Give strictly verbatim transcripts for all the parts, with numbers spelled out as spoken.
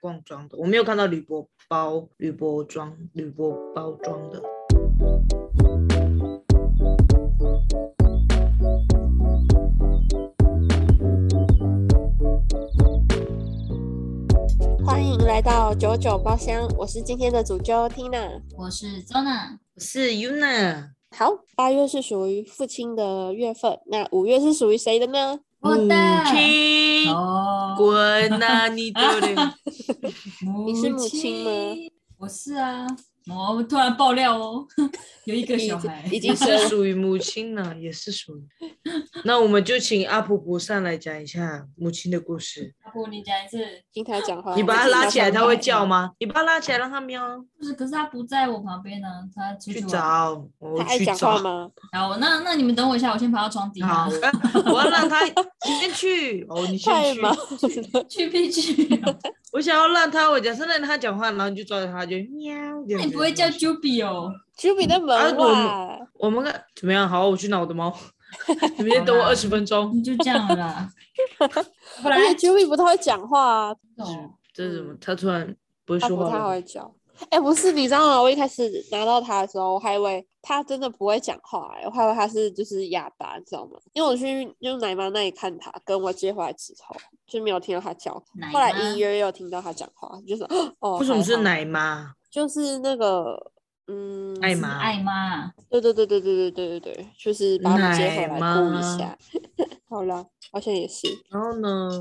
罐装的，我没有看到铝箔包、铝箔装、铝箔包装的。 欢迎来到九九包厢，我是今天的主揪 Tina， 我是 Zona， 我是 Yuna。 好，八月是属于父亲的月份，那五月是属于谁的呢？ 我的母亲， 哦， 滚呐、啊、你的嘞！ 你是母亲吗？ 我是啊，我突然爆料哦，有一个小孩已经是属于母亲呢，也是属于。那我们就请阿婆婆上来讲一下母亲的故事。 阿婆，你讲一次。 听他讲话。 你把他拉起来，他会叫吗？你把他拉起来，让他喵。 不是，可是他不在我旁边呢，他出去去找。 他爱讲话吗？ 好，那那你们等我一下，我先爬到床底。 好，我要让他先去。哦，你先去。 去必去。 我想要让他，我假设让他讲话，然后你就抓着他，就喵。 那你不会叫 Juby 哦 ？Juby 在门外。 啊、我们看怎么样？好，我去拿我的猫。你们先等我二十分钟。 你就这样了啦。 而且 Juby 不太会讲话啊。 这是什么？他突然不会说话了。 他不太会叫。哎、欸，不是，你知道吗？我一开始拿到他的时候，我还以为他真的不会讲话、欸，我还以为他是就是哑巴，你知道吗？因为我去用奶妈那里看他，跟我接回来之后，就没有听到他叫。后来隐约有听到他讲话，就是哦。 为什么是奶妈？ 就是那个嗯， 爱妈， 爱妈。 对对对对对对对对对，就是把他们接回来顾一下。好啦，好像也是。 然后呢？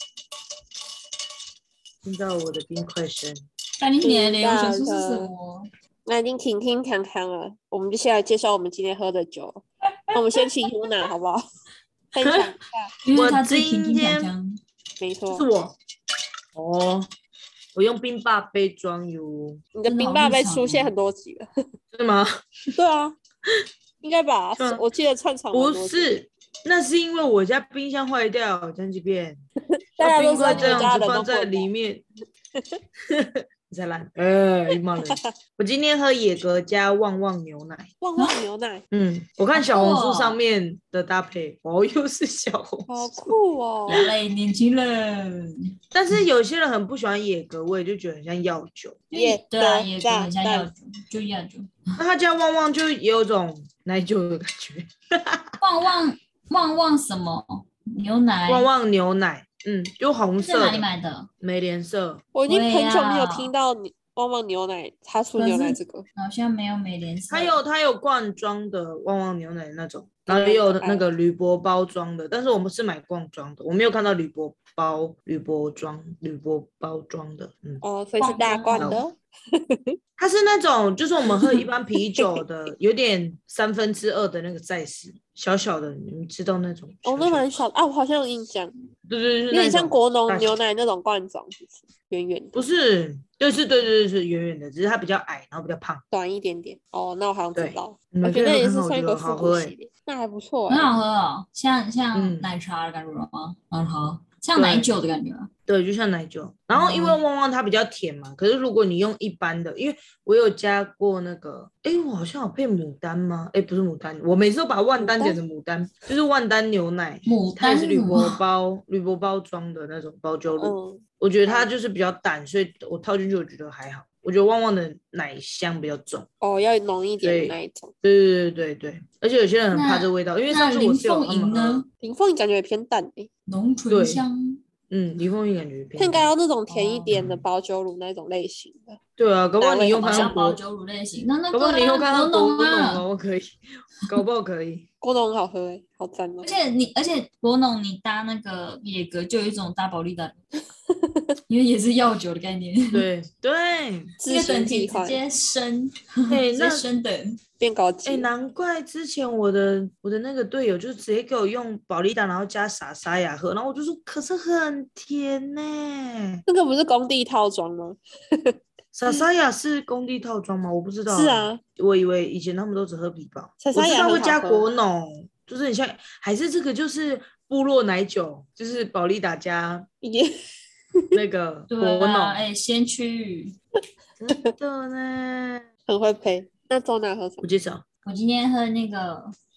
听到我的冰块声。 那你年龄我想说是什么？ 那已经挺挺康康了，我们就先来介绍我们今天喝的酒。那我们先请 Yuna 好不好？分享一下， 因为他自己挺挺康康。 没错， 是我。哦，我用冰霸杯装哟。 你的冰霸杯出现很多集了， 是吗？ 对啊，应该吧？我记得串场不是，那是因为我家冰箱坏掉，讲几遍。 大家都冰块这样子放在里面。你才烂，呃，一骂人。我今天喝野格加旺旺牛奶。 旺旺牛奶， 嗯，我看小红书上面的搭配，哦，又是小红书， 好酷哦！ 亚类年轻人， 但是有些人很不喜欢野格味，就觉得很像药酒。 也对啊，野格很像药酒，就药酒。 那它加旺旺就也有种奶酒的感觉。 旺旺旺旺什么牛奶？ 旺旺牛奶。嗯，就红色。 在哪里买的？ 没颜色。 我已经很久没有听到旺旺牛奶，他出牛奶这个好像没有美联色。 它有它有罐装的旺旺牛奶那种，然后也有那个铝箔包装的，但是我们是买罐装的，我没有看到铝箔包、铝箔装、铝箔包装的。嗯， 哦，所以是大罐的。 它是那种，就是我们喝一般啤酒的，有点三分之二的那个 size， 小小的，你知道那种小小？ 哦，那蛮小的啊，我好像有印象。 对对对，有点像国农牛奶那种罐装，圆圆的。 不是，就是对对对，是圆圆的，只是它比较矮，然后比较胖， 短一点点。哦，那我好像知道。 我觉得也是算一个复古系列，那还不错， 很好喝哦，像像奶茶的感觉吗？很好。像奶酒的感觉啊， 对，就像奶酒。然后因为旺旺它比较甜嘛，可是如果你用一般的，因为我有加过那个，哎，我好像有配牡丹吗？哎，不是牡丹，我每次都把万丹讲成牡丹，就是万丹牛奶， 牡丹它也是铝箔包、铝箔包装的那种包酒乳。嗯，我觉得它就是比较淡，所以我套进去我觉得还好。我觉得旺旺的奶香比较重哦，要浓一点的那一种。 对对对对对，而且有些人很怕这味道，因为上次我是有他们呢， 林凤营感觉也偏淡诶， 浓醇香。 嗯，林凤营感觉偏淡。 应该要那种甜一点的包酒乳那种类型的。 对啊，搞不好你用看看包酒乳类型，那那搞不好你用看看国农啊， 我可以，搞不好可以。 国农很好喝诶，好赞哦！ 而且你，而且国农你搭那个野格就有一种搭保利达，因为也是药酒的概念。 对对， 这个等级直接升， 哎， 那升等变高级。 哎，难怪之前我的我的那个队友就直接给我用保利达，然后加傻沙雅喝，然后我就说，可是很甜呢。 那个不是工地套装吗？ 傻沙雅是工地套装吗？我不知道。 是啊， 我以为以前他们都只喝啤酒。 傻沙雅我知道会加国农，就是很像，还是这个就是部落奶酒，就是保利达加那个国农。 哎，先驱， 真的呢， 很会配。那周娜喝什么？ 我介绍， 我今天喝那个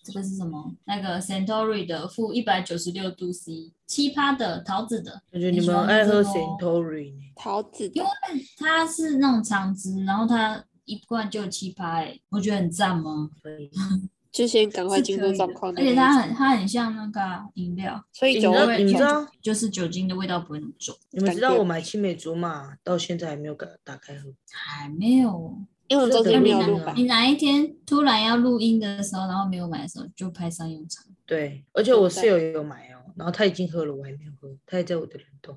这个是什么？那个 Suntory 的负一百九十六度 C， 七趴的桃子的。 我觉得你们爱喝 Suntory 呢。 桃子的， 因为它是那种长汁，然后它一罐就有七趴，哎，我觉得很赞吗？ 可以。 就先赶快进入状况， 而且它很它很像那个饮料， 所以酒味你们知道就是酒精的味道不会那么重。 你们知道我买青梅竹马到现在还没有打打开喝， 还没有， 因为我中间没有录吧。 你哪一天突然要录音的时候，然后没有买的时候，就派上用场。 对，而且我室友也有买哦，然后他已经喝了，我还没有喝，他还在我的冷冻。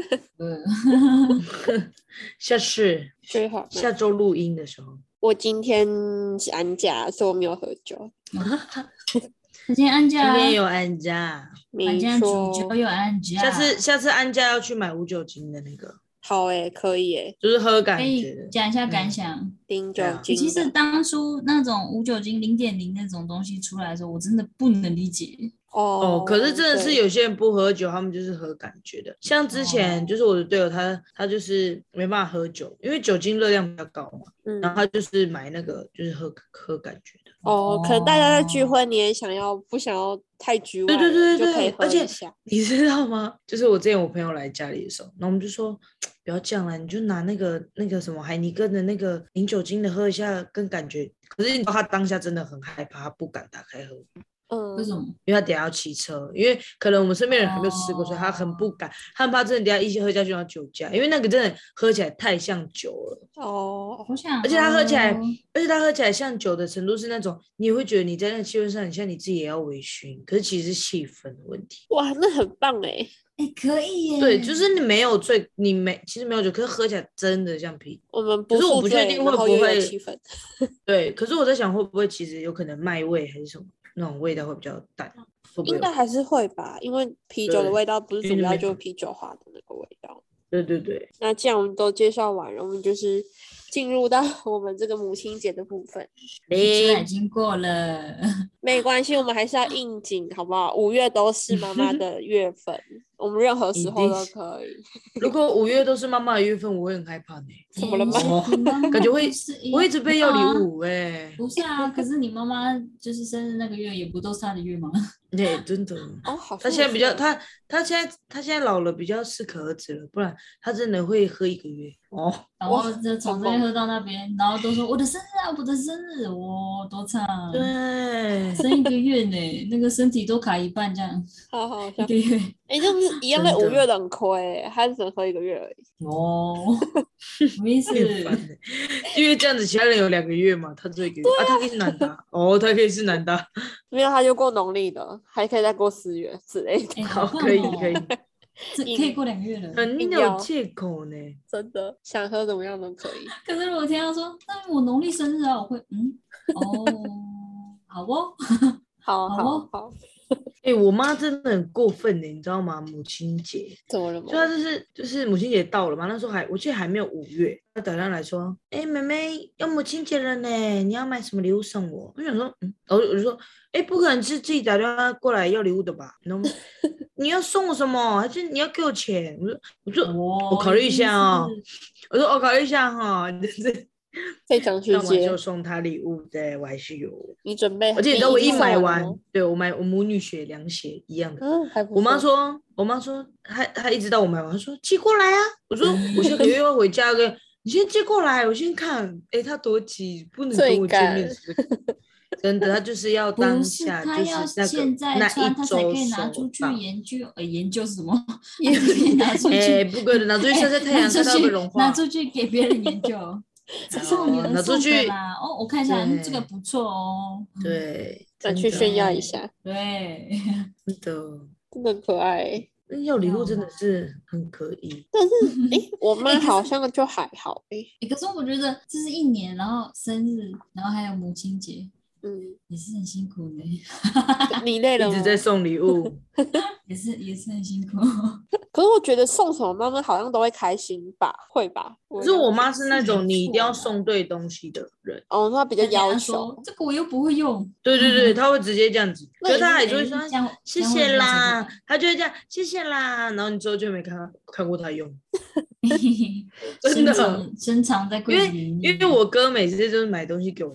下次下周录音的时候。 我今天是安假，所以我没有喝酒。 今天安假， 今天有安假， 没错，主酒有安假。 下次下次安假要去买无酒精的那个。 好诶、欸，可以诶、欸， 就是喝感觉。可以讲一下感想。 零酒精。 其实当初那种无酒精零点零那种东西出来的时候，我真的不能理解。 哦, 哦，可是真的是有些人不喝酒，他们就是喝感觉的。像之前就是我的队友他，他他就是没办法喝酒，因为酒精热量比较高嘛。嗯，然后他就是买那个就是喝喝感觉的。 哦，可能大家在聚会，你也想要不想要太局外， 对对对对， 就可以喝一下。 而且你知道吗？就是我之前我朋友来家里的时候，然后我们就说不要这样啦，你就拿那个那个什么海尼根的那个零酒精的喝一下，跟感觉。可是你知道他当下真的很害怕，他不敢打开喝。 嗯， 为什么？ 因为他等一下要骑车，因为可能我们身边人还没有吃过，哦、所以他很不敢，他很怕真的等一下一起喝下去要酒驾，因为那个真的喝起来太像酒了。 哦， 好想， 而且他喝起来，而且他喝起来像酒的程度是那种，你也会觉得你在那个气氛上，你像你自己也要微醺，可是其实是气氛的问题。 哇，那很棒哎， 哎，可以耶。 对，就是你没有醉，你没其实没有酒，可是喝起来真的像啤。 我们不可是我不确定会不会气氛。 对，可是我在想会不会其实有可能麦味还是什么。那种味道会比较淡，会会应该还是会吧，因为啤酒的味道不是主要就是啤酒花的那个味道。 对对对。 那既然我们都介绍完了，我们就是进入到我们这个母亲节的部分。 现在已经过了， 没关系，我们还是要应景，好不好？五月都是妈妈的月份，我们任何时候都可以。 如果五月都是妈妈的月份，我会很害怕呢。 怎么了吗？ 感觉会我一直被要礼物哎、欸。 不是啊，可是你妈妈就是生日那个月，也不都是她的月吗？ 对，真的。 哦，好。 她现在比较，她她现在她现在老了，比较适可而止了，不然她真的会喝一个月哦。 然后就从这边喝到那边，然后都说我的生日啊，我的生日，哇，多长？ 对， 生一个月呢，那个身体都卡一半这样。 好好笑。 一个月。 哎、欸，就是一样的五月的很亏、欸，他只能喝一个月而已。 哦，什么意思？ 因为这样子，其他人有两个月嘛，他只有一个月 啊, 啊，他可以是男的，哦，他可以是男的， 没有他就过农历的，还可以再过四月之类的。 欸、好, 好，可以可以， 可以过两个月了， 很有借口呢， 真的想喝怎么样都可以。 可是如果听到说，那我农历生日啊，我会嗯，哦，好哦， 好好哦， 好。 哎、欸，我妈真的很过分的，你知道吗？母亲节怎么了吗？ 就她就是就是母亲节到了嘛，那时候还我记得还没有五月，她打电话来说，哎、欸，妹妹要母亲节了呢，你要买什么礼物送我？我想说，嗯，我我就说，哎、欸，不可能是自己打电话过来要礼物的吧？然后你要送我什么？还是你要给我钱？我说，我说，哦、我考虑一下哦。我说，我考虑一下哈、哦，就是。 非常直接， 就送他礼物，对我还是有。 你准备？ 而且你知道我一买完，对我买我母女血凉血一样的。 嗯，还不错。 我妈说，我妈说，她她一直到我买完，她说寄过来啊。我说我下个月要回家的，你先寄过来，我先看。哎，她多急，不能跟我见面。真的，她就是要当下， 不是她要现在穿，她才可以拿出去研究。呃，研究什么？ 研究拿出去。 哎，不可能拿出去晒晒太阳，看到会融化。 拿出去给别人研究。这是我女儿送的啦，哦，我看一下，嗯，这个不错哦。 对， 再去炫耀一下。 对， 真的， 真的可爱。 要礼物真的是很可以， 但是，哎、欸，我妈好像就还好，哎、 欸。可是我觉得这是一年，然后生日，然后还有母亲节。 嗯， 也是很辛苦的。 你累了吗？ 一直在送礼物， 也是也是很辛苦。 可是我觉得送什么妈妈好像都会开心吧，会吧？ 可是我妈是那种你一定要送对东西的人。 哦，她比较要求。 这个我又不会用。 对对对，她会直接这样子。可是她还就会说谢谢啦，她就会这样谢谢啦，然后你之后就没看看过她用。真的深藏在柜子里面。 因为因为我哥每次就是买东西给我妈，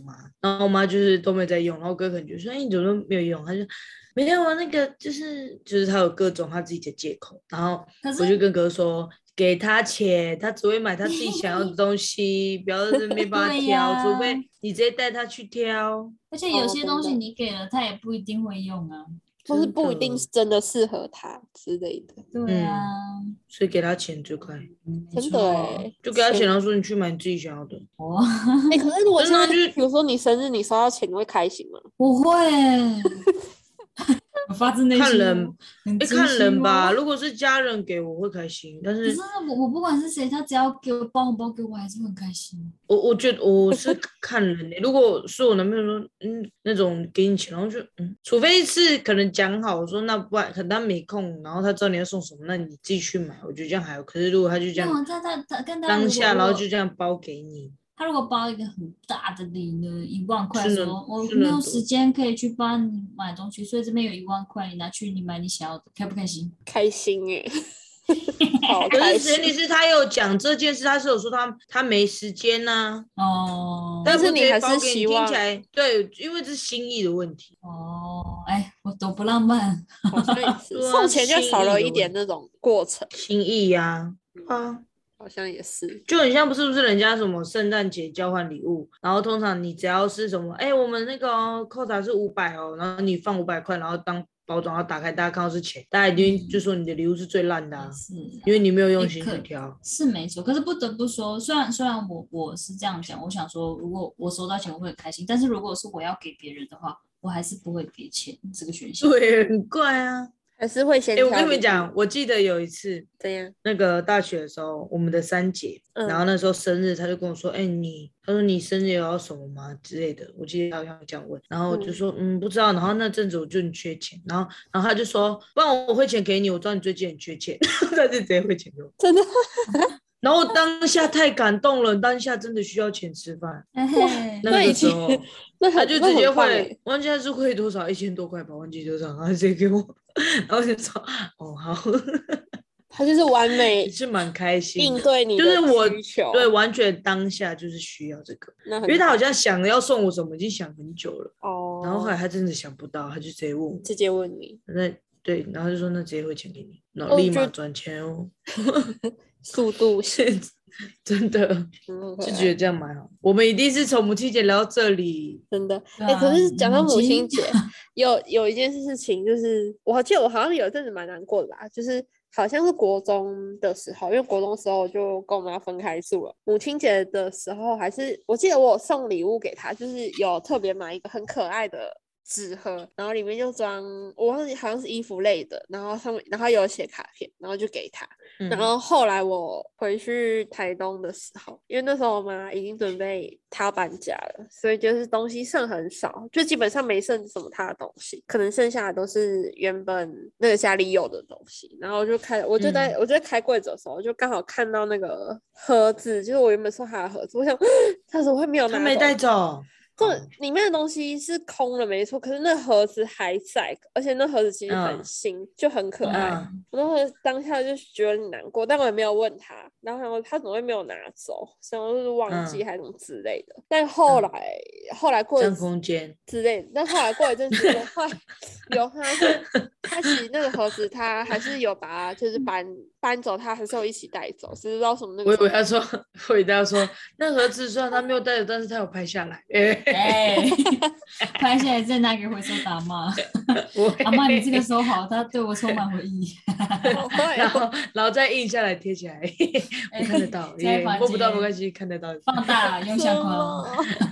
然后我妈就是都没在用，然后我哥可能就说：“哎，你怎么都没有用？”他就没有啊，那个就是就是他有各种他自己的借口，然后我就跟哥说。给他钱，他只会买他自己想要的东西，不要在那边帮他挑， 呀除非你直接带他去挑。 而且有哦些东西真的你给了，他也不一定会用啊。 或是真不一定的是真的适合他之类的。 对啊， 所以给他钱最快， 真没错的哎， 就给他钱， 钱然后说你去买你自己想要的。 哦， 哎、可是如果现在， 真的啊就是比如说你生日，你收到钱，你会开心吗？ 我会欸，我发自内心看人哦，很哎，看真心人吧。 哦。 如果是家人给我会开心，但是可是我我不管是谁，他只要给我包红包给我，还是会很开心。 我我觉得我是看人的、如果是我男朋友说，嗯，那种给你钱，然后就嗯，除非是可能讲好，我说那不然可能他没空，然后他知道你要送什么，那你自己去买，我觉得这样还好。可是如果他就这样没有他他他跟他如果当下，然后如果就这样包给你， 他如果包一个很大的礼呢，一万块， 是能说我是能多没有时间可以去帮你买东西，所以这边有一万块，你拿去你买你想要的，开不开心？ 开心哎、好可开心是前。提是他有讲这件事，他是有说他他没时间呐、 哦但是不直接你还是包给你，听希望起来对，因为这是心意的问题。 哦，哎，我都不浪漫。 好像也是， 对啊送钱就少了一心意的问题点那种过程， 心意呀、啊， 好像也是。 就很像不是不是人家什么圣诞节交换礼物，然后通常你只要是什么，哎，我们那个哦扣打是五百哦，然后你放五百块，然后当包装，然后打开大家看到是钱，大家一定就说你的礼物是最烂的、啊也，是啊， 因为你没有用心也可去挑。 是没错，可是不得不说，虽然虽然我我是这样讲，我想说，如果我收到钱我会很开心，但是如果是我要给别人的话，我还是不会给钱这个选项。 对，很怪啊。 还是会先哎，我挑礼物跟你们讲，我记得有一次怎样？ 那个大学的时候，我们的三姐， 嗯然后那时候生日，她就跟我说，哎，你，她说你生日有要什么吗之类的，我记得她好像有这样问，然后我就说，嗯，不知道，然后那阵子我就很缺钱，然后，然后她就说，不然我汇钱给你，我知道你最近很缺钱，她就直接汇钱给我， 真的然后我当下太感动了，当下真的需要钱吃饭， 嘿嘿那那已经个时候。 那很他就直接那很棒汇欸， 忘记他是汇多少，一千多块吧，忘记多少，然后直接给我，然后就说哦好， 他就是完美也是蛮开心应的， 对你的就是我需求。 对完全当下就是需要这个， 那很因为他好棒像想要送我什么，已经想很久了， 哦， 然后后来他真的想不到，他就直接问我， 直接问你那对，然后就说那直接汇钱给你，然哦后立马就转钱哦， 速度现真的嗯很可爱就觉得这样蛮好。我们一定是从母亲节聊到这里， 真的，哎、 对啊可是讲到母亲母亲节，有有一件事情，就是我记得我好像有一阵子蛮难过的吧，就是好像是国中的时候，因为国中的时候我就跟我妈分开住了。母亲节的时候，还是我记得我有送礼物给她，就是有特别买一个很可爱的纸盒，然后里面就装我忘记好像是衣服类的，然后上面然后有写卡片，然后就给她。 嗯然后后来我回去台东的时候，因为那时候我妈已经准备她要搬家了，所以就是东西剩很少，就基本上没剩什么她的东西，可能剩下的都是原本那个家里有的东西。然后我就开，我就在、 嗯我就在开柜子的时候，就刚好看到那个盒子，就是我原本送她的盒子，我想她怎么会没有拿走？ 他没带走， 就哦里面的东西是空了，没错，可是那盒子还在，而且那盒子其实很嗯新，就很可爱。 嗯然后当下就觉得很难过，但我也没有问他，然后想说他怎么会没有拿走，想说是忘记嗯还是什么之类的。但后来、后来过一占空间， 之类的，但后来过一阵子，我后来有发现，他其实那个盒子他还是有把它就是搬搬走，他还是有一起带走，只是不知道什么那个时候。 我以为他说，我以为他说那盒子虽然他没有带走，但是他有拍下来。哎、 哎，拍下来再拿给回收打骂。 我阿妈，你这个收好，他对我充满回忆。 我会然后然后再印下来贴起来，我看得到，耶， 在房摸不到间没关系，看得到。 放大用相框哦。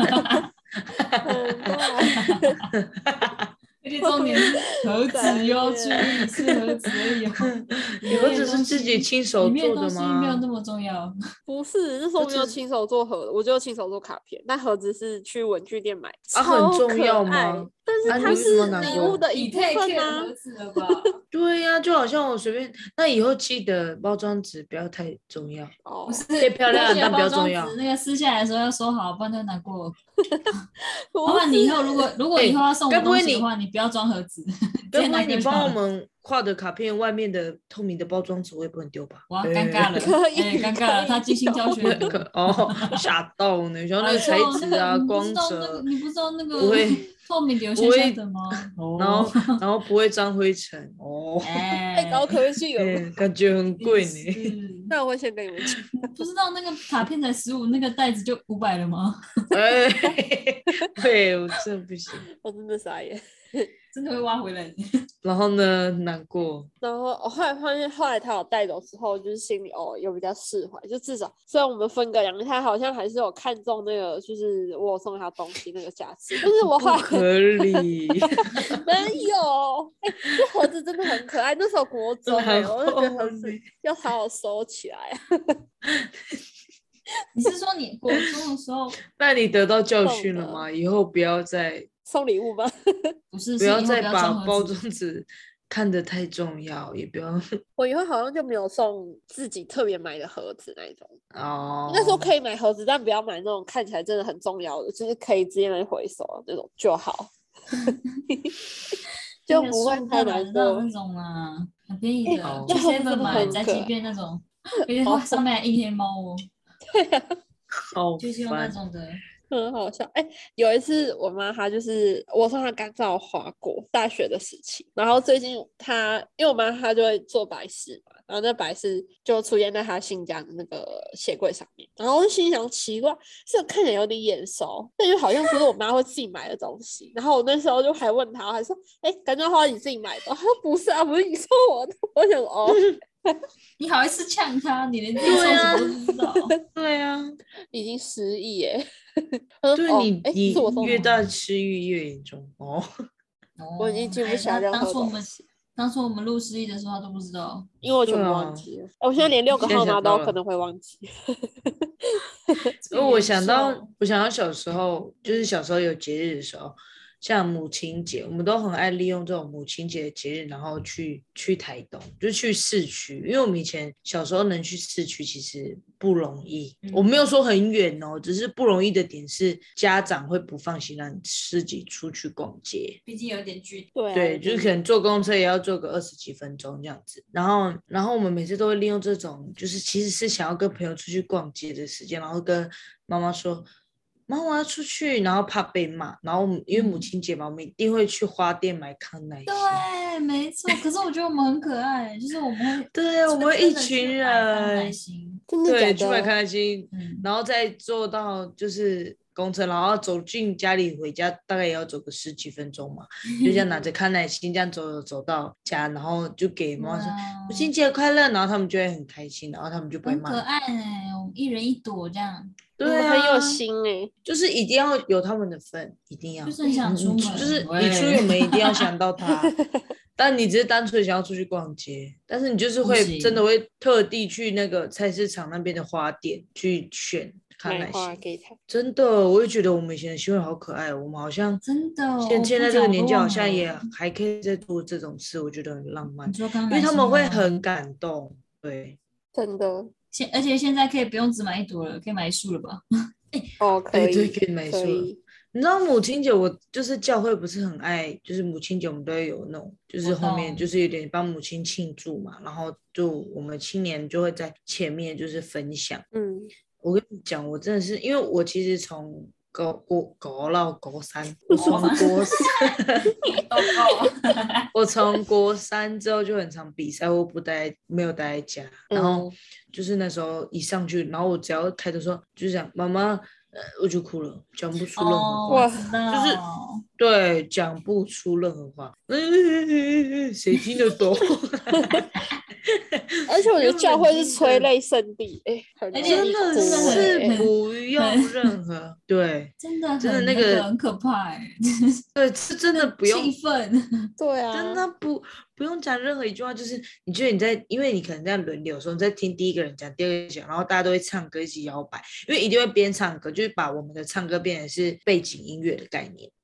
很大而且重点是盒子哟，注意是盒子而已哦。里面盒子是的东西自己亲手里面做的东西没有那吗？ 么重要。 不是，那时候盒子没有亲手做盒，我就亲手做卡片，但盒子是去文具店买， 啊很超可重要爱吗？ 但啊是它是你为什么难礼过物的一你太部分 care 啊盒。子了吧？ 对呀、就好像我随便，那以后记得包装纸不要太重要， 哦不，是， 可以漂亮而且但不要包装纸重要那个撕下来的时候要收好，不然太难过。 不麻烦你以后是如果如果以后要送我该不会你东西的话，你不要装盒子，直该接拿不会你帮给就好了。 我们画的卡片外面的透明的包装纸我也不能丢吧？ 哇， 哎尴尬了， 可以哎，尴尬了， 可以他精心挑选我可的。 哦吓到呢，然后那哎个材呦质啊、 那个你不光知道那个泽， 你不知道那个不会透明的有不会香香的吗？ 然后哦， 然后不会沾灰尘哦， 哎， 太高科技了吧。 哎感觉很贵呢。 是那我会先跟你们讲， 不知道那个卡片才十五，那个袋子就五百了吗？ 哎，对，我真的不行。 我真的傻眼。 真的会挖回来。 然后呢，难过， 然后我后来发现，后来他有带走之后，就是心里哦有比较释怀，就至少虽然我们分隔两地，他好像还是有看中那个，就是我有送他东西那个价值，但是我后来不合理。 没有，哎、这盒子真的很可爱，那时候国中哎、 然我就觉得盒子后呢要好好收起来啊。 你是说你国中的时候那你得到教送的训了吗？以后不要再送礼物吗？ 不是不要再是以后不要把包装盒子？ 装纸看得太重要，也不要我以后好像就没有送自己特别买的盒子那一种。 哦。 那时候可以买盒子，但不要买那种看起来真的很重要的，就是可以直接拿去回收的那种就好，就不会太难过买得到那。种啊，很便宜的， 哦去那盒子 seven 真的买，在即很可爱便那种，而且它上面还印黑猫哦， 好就是用那烦。 种的。 很好笑。哎、有一次我妈她就是我送她干燥花过大学的时期，然后最近她因为我妈她就会做白事嘛，然后那白事就出现在她新家的那个鞋柜上面，然后我就心想奇怪，这个看起来有点眼熟，但又好像不是我妈会自己买的东西。然后我那时候就还问她，我还说：“哎、干燥花你自己买的？”她说：“不是啊，不是你送我的。”我想哦， 你好意思呛他？你连自己送什么都不知道。 对啊， 已经失忆耶。她说对哦哎你你是我送的吗越大吃欲越严重哦。 我已经记不哎那起来任何当初我们东西。 当初我们录失忆的时候，他都不知道。 因为我全部对啊忘记了，我现在连六个现在号想到了码都可能会忘记。 因为我想这到个严重， 我想到小时候，就是小时候有节日的时候，像母亲节，我们都很爱利用这种母亲节的节日，然后去去台东，就去市区，因为我们以前小时候能去市区其实不容易， 嗯我没有说很远哦，只是不容易的点是家长会不放心让你自己出去逛街。 毕竟有点距离。 对啊， 对，就是可能坐公车也要坐个二十几分钟这样子，然后，然后我们每次都会利用这种，就是其实是想要跟朋友出去逛街的时间，然后跟妈妈说，妈，我要出去，然后怕被骂，然后我们因为母嗯亲节嘛，我们一定会去花店买康乃馨。 对，没错。可是我觉得我们很可爱，就是我们会对，我们会一群真的去买康乃人， 馨。 真的对， 假的？ 去买康乃馨， 嗯， 然后再坐到就是公车，然后走进家里回家，大概也要走个十几分钟嘛，就这样拿着康乃馨这样走走走到家，然后就给妈妈说哇母亲节快乐，然后他们就会很开心，然后他们就不会很可骂你。 爱哎，我们一人一朵这样， 你对啊， 们很有心哎、 就是一定要有他们的份，一定要。 就是很想出门。 就是喂你出远门一定要想到他，但你只是单纯想要出去逛街，但是你就是会不行真的会特地去那个菜市场那边的花店去选康买乃馨。 花给他。 真的，我也觉得我们以前的新闻好可爱哦，我们好像真的哦现现在这个年纪好像也不讲我都忘了还可以在做这种事，我觉得很浪漫你，说刚因为他们会买新吗很感动。对， 真的现而且现在可以不用只买一朵了，可以买一束了吧？ 哦，可以， 哎对可以买树了可以。 你知道母亲节，我就是教会不是很爱，就是母亲节我们都会有那种，就是后面活动就是有点帮母亲庆祝嘛，然后就我们青年就会在前面就是分享。 嗯， 我跟你讲，我真的是因为我其实从高国高到国三，我从国三，我从国三之后就很常比赛，我不待没有待在家，然后嗯就是那时候一上去，然后我只要开头说就是讲妈妈，呃，我就哭了，讲不出任何哦， 话。 我知道， 就是对，讲不出任何话，嗯，谁听得懂？ 而且我觉得教会是催泪， 泪圣地，哎、很而且容易真的哭是欸不用任何对真的很真的那那个很可怕哎， 对，是真的不用气氛。 对啊， 真的不不用讲任何一句话，就是你觉得你在，因为你可能在轮流的时候，你在听第一个人讲，第二个人讲，然后大家都会唱歌一起摇摆，因为一定会边唱歌，就是把我们的唱歌变成是背景音乐的概念。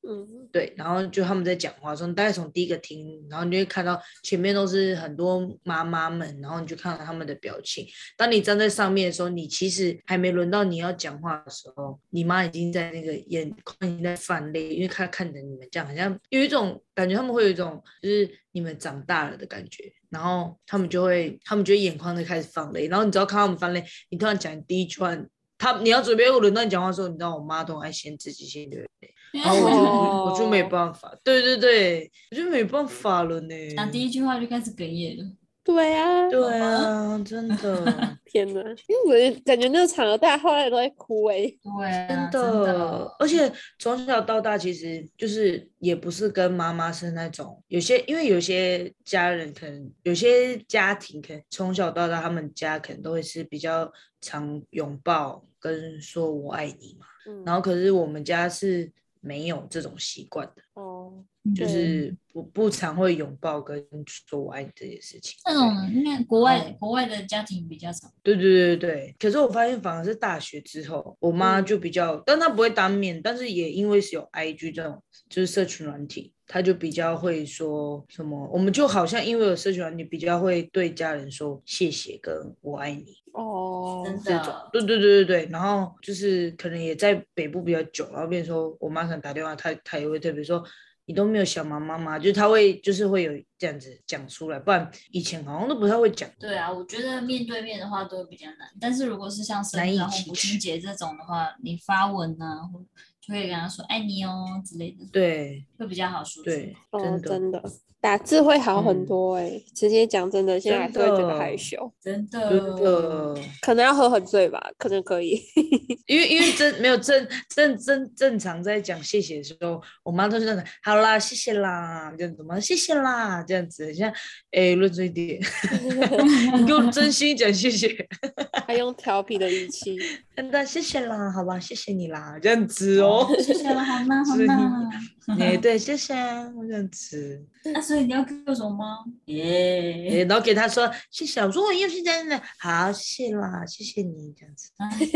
嗯， 对，然后就他们在讲话的时候，你大概从第一个听，然后你就会看到前面都是很多妈妈们，然后你就看到他们的表情。当你站在上面的时候，你其实还没轮到你要讲话的时候，你妈已经在那个眼眶已经在泛泪，因为她看着你们这样，好像有一种感觉，他们会有一种就是你们长大了的感觉，然后他们就会，他们就会眼眶在开始放泪，然后你只要看他们放泪，你突然讲第一句话，他你要准备轮到你讲话的时候，你知道我妈都爱先自己先流泪。然后我就、 哦、 我就没办法，对对对，我就没办法了呢。 讲第一句话就开始哽咽了。 对啊， 对啊，真的， 天哪！因为我感觉那个场合大家后来都在哭哎、欸。 对啊， 真的， 的， 真的而且从小到大，其实就是也不是跟妈妈是那种，有些因为有些家人可能有些家庭可能从小到大，他们家可能都会是比较常拥抱跟说我爱你嘛， 嗯、 然后可是我们家是没有这种习惯的。 哦， 就是不不常会拥抱跟说我爱你这件事情。 那种应该国外、嗯、国外的家庭比较少。 对对对对，可是我发现反而是大学之后，我妈就比较，嗯、但她不会当面，但是也因为是有 I G 这种就是社群软体，她就比较会说什么，我们就好像因为有社群软体，比较会对家人说谢谢跟我爱你。 哦， 这种，对对对对对，然后就是可能也在北部比较久，然后变成说我妈可能打电话，她她也会特别说你都没有想妈妈吗？就是她会就是会有这样子讲出来，不然以前好像都不太会讲。 对啊，我觉得面对面的话都会比较难，但是如果是像生日然后母亲节这种的话，你发文啊，就会跟她说爱你哦之类的， 对， 会比较好说出。 对， 哦， 真的。 真的打字会好很多哎、欸嗯，直接讲真的，现在还是会觉得害羞， 真的， 真的， 可能要喝很醉吧，可能可以， 因为因为正没有正正正正常在讲谢谢的时候，我妈都是那种好啦，谢谢啦，这样子吗？谢谢啦，这样子，像哎润嘴点，你给我真心讲谢谢， 还用调皮的语气， 真的谢谢啦，好吧，谢谢你啦，这样子哦， 哦谢谢啦，好啦好啦， 哎对，谢谢这样子。 那、啊、所以你要给我什么吗？耶、 yeah. 然后给他说谢谢，我说我又是真的好，谢谢啦，谢谢你这样子。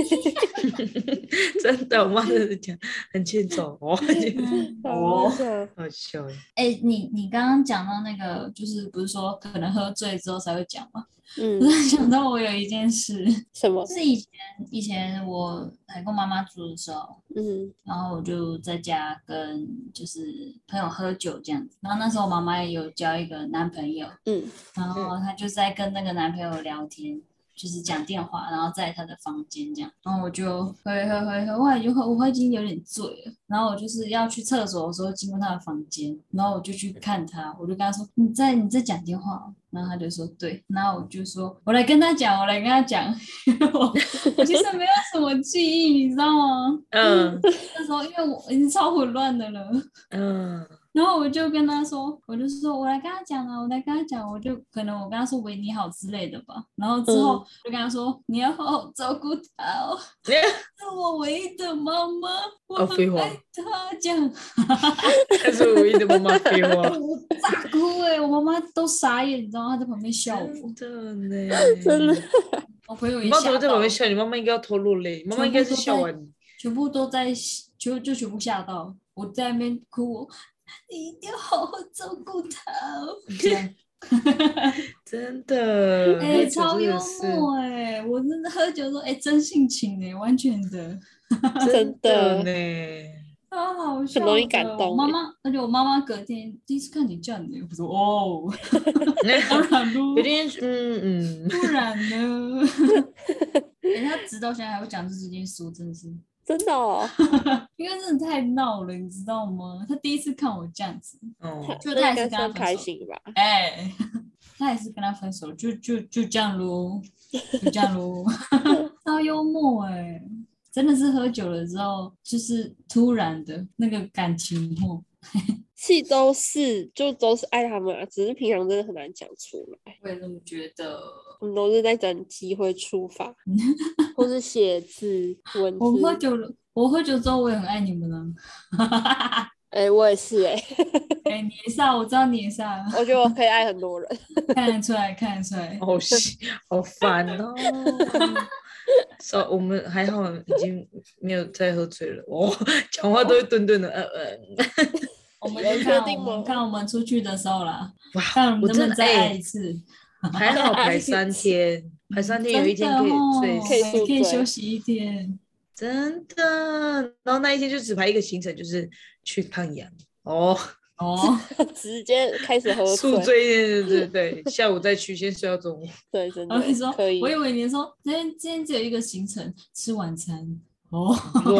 真的，我妈真的讲很欠揍哦， 哦， 好笑哎、欸，你你刚刚讲到那个，就是不是说可能喝醉之后才会讲吗？ 嗯， 我想到我有一件事， 什么？ 就是以前以前我还跟妈妈住的时候， 嗯， 然后我就在家跟就是朋友喝酒这样子，然后那时候我妈妈也有交一个男朋友， 嗯， 然后她就在跟那个男朋友聊天。就是讲电话，然后在他的房间这样，然后我就喝喝喝喝，我已经我已经有点醉了，然后我就是要去厕所的时候经过他的房间，然后我就去看他，我就跟他说你在你在讲电话，然后他就说对，然后我就说我来跟他讲，我来跟他讲，我, 我其实没有什么记忆，你知道吗？嗯，那时候因为我已经超混乱的了，嗯。然后我就跟他说，我就说我来跟他讲了，我来跟他讲，我就可能我跟他说喂你好之类的吧。然后之后就跟他说、嗯、你要好好照顾他哦，是我唯一的妈妈，我很爱他这样。 他是唯一的妈妈废话。 我大哭哎、欸，我妈妈都傻眼，你知道吗？她在旁边笑我。 真的呢， 真的。 我朋友也吓到。你妈怎么在旁边笑？你妈妈应该要偷落泪，妈妈应该是笑完你。 全部都在，就就全部吓到，我在那边哭。你一定要好好照顾他哦，这样真的， 哎、欸，超幽默哎、欸！我真的喝酒说，哎、欸，真性情哎、欸，完全的， 真的呢， 超好笑， 很容易感动。 我妈妈，而且我妈妈隔天第一次看你这样的，我说哦，当然喽， 有点嗯嗯， 不然呢？哎、欸，他直到现在还会讲出这件事，真的是。 真的哦， 因为真的太闹了，你知道吗？他第一次看我这样子， 哦， 就他也是跟他分手， 开心吧？ 哎、欸，他也是跟他分手，就就就这样喽，就这样喽，超幽默哎、欸，真的是喝酒了之后，就是突然的那个感情哦。 戏都是，就都是爱他们啊，只是平常真的很难讲出来。 我也这么觉得， 我们都是在等机会出发，或是写字、文字。 我喝酒了，我喝酒之后我也很爱你们呢。 哎、欸，我也是哎、 欸。哎、欸，你也是啊，我知道你也是啊。 我觉得我可以爱很多人， 看得出来，看得出来。 好好烦哦。 so, 我们还好已经没有再喝醉了，哦，讲话都会顿顿的，呃呃。 我们就看我们看我们出去的时候啦， 哇， 看我们能不能再爱一次。 还好排三天，排三天有一天可以醉， 可以宿可以休息一天， 真的。然后那一天就只排一个行程，就是去看羊。哦哦， 直接开始喝醉， 宿醉，对对对，下午再去，先睡到中午。 对，真的。 我跟你说， 可以。 我以为你说今天今天只有一个行程，吃晚餐。哦，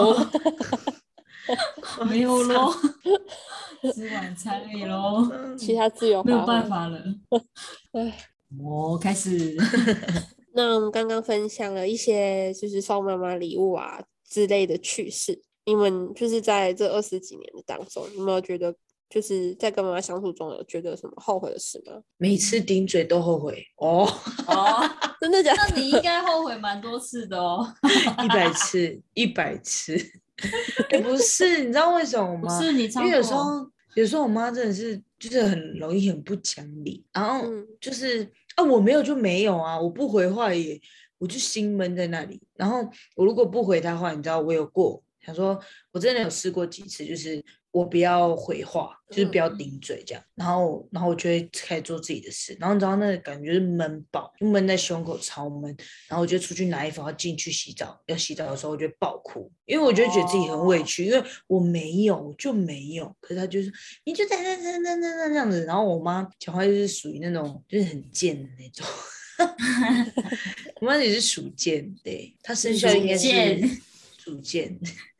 没有咯。吃晚餐而已咯， 其他自由没有办法了。我、哦、开始。 那我们刚刚分享了一些就是送妈妈礼物啊之类的趣事，你们就是在这二十几年的当中，有没有觉得就是在跟妈妈相处中有觉得什么后悔的事吗？ 每次顶嘴都后悔哦。 哦， 真的假的？ 那你应该后悔蛮多次的哦。 一百次，一百次。欸、不是，你知道为什么吗？ 不是你超过， 因为有时候，有时候我妈真的是就是很容易很不讲理，然后就是、嗯、啊我没有就没有啊，我不回话也我就心闷在那里。然后我如果不回她话，你知道我有过想说，我真的有试过几次，就是我不要回话，就是不要顶嘴这样，嗯、然后然后我就会开始做自己的事，然后你知道那个感觉是闷爆，就闷在胸口超闷，然后我就出去拿衣服要进去洗澡，要洗澡的时候我就爆哭，因为我就觉得自己很委屈，哦、因为我没有就没有，可是他就是你就在那那那那那样子，然后我妈讲话就是属于那种就是很贱的那种。我妈也是属贱，对，她生肖应该是属贱。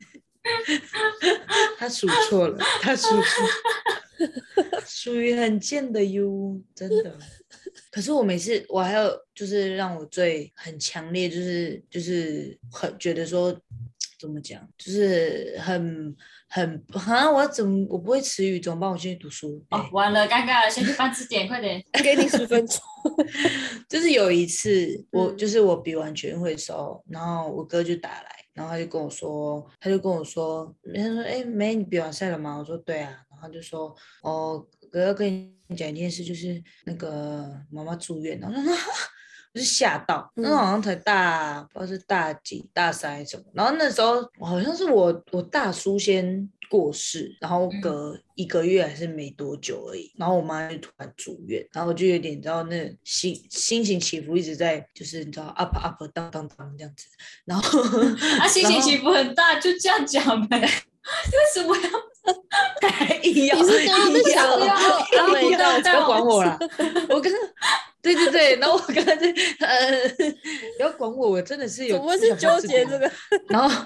他数错了，他数错，属于很贱的哟，真的。可是我每次，我还有就是让我最很强烈，就是就是很觉得说，怎么讲，就是很很啊，我要怎么我不会词语，怎么办？我先去读书。 哦，完了，尴尬了，先去翻字典，快点， 给你十分钟。 就是有一次，我、嗯、就是我比完全会的时候，然后我哥就打来。然后他就跟我说，他就跟我说，他说，哎，妹，你比完赛了吗？我说对啊。然后他就说，哦，哥要跟你讲一件事，就是那个妈妈住院。然后说，我就吓到，那时候好像才大，不知道是大几、大三还是什么。然后那时候好像是我我大叔先过世，然后隔一个月还是没多久而已，然后我妈就突然住院，然后我就有点你知道那心心情起伏一直在，就是你知道 up up down down down 这样子，然后啊心情起伏很大，就这样讲呗，为什么要？ 硬要， 你是刚刚在想要要不要不要管我啦！我跟对对对，然后我刚才呃，不要管我，我真的是有怎么是纠结这个？ 然后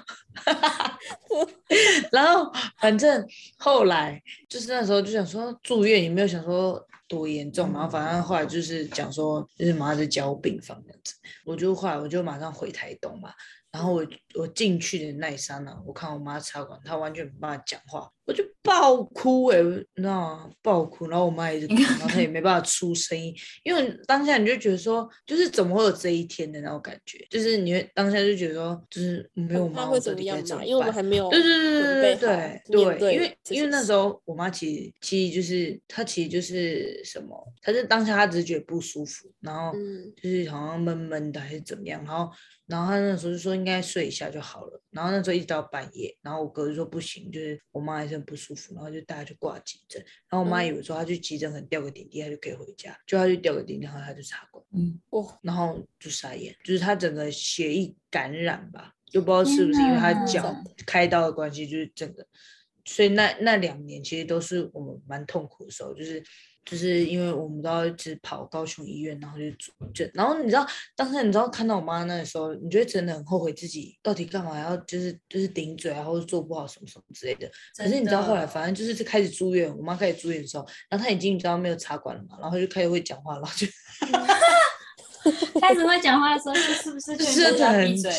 然后反正后来就是那时候就想说住院，也没有想说多严重，然后反正后来就是讲说就是马上就加护病房这样子，我就后来我就马上回台东嘛。然后我我进去的那一刹那，我看我妈插管，她完全没办法讲话，我就爆哭哎、欸，你知道吗？爆哭，然后我妈一直哭，然后她也没办法出声音，因为当下你就觉得说，就是怎么会有这一天的那种感觉，就是你会当下就觉得说，就是没有妈， 会怎么样嘛？因为我们还没有对对对对对对对，因为因为那时候我妈其实其实就是她其实就是什么，她是当下她只是觉得不舒服，然后就是好像闷闷的还是怎么样，然后。然后他那时候就说应该睡一下就好了，然后那时候一直到半夜，然后我哥就说不行，就是我妈还是很不舒服，然后就带她去挂急诊，然后我妈以为说她去急诊可能吊个点滴，她就可以回家，就她去吊个点滴，然后她就插管，嗯，哇，然后就傻眼，就是她整个血液感染吧，就不知道是不是因为她脚开刀的关系，就是整个，所以那那两年其实都是我们蛮痛苦的时候，就是。就是因为我们都要一直跑高雄医院，然后就住诊，然后你知道，当时你知道看到我妈那个时候，你觉得真的很后悔自己到底干嘛要就是就是顶嘴啊，或者做不好什么什么之类的。可是你知道后来，反正就是开始住院，我妈开始住院的时候，然后她已经你知道没有插管了嘛，然后就开始会讲话，然后就开始会讲话的时候，是不是就是很闭嘴？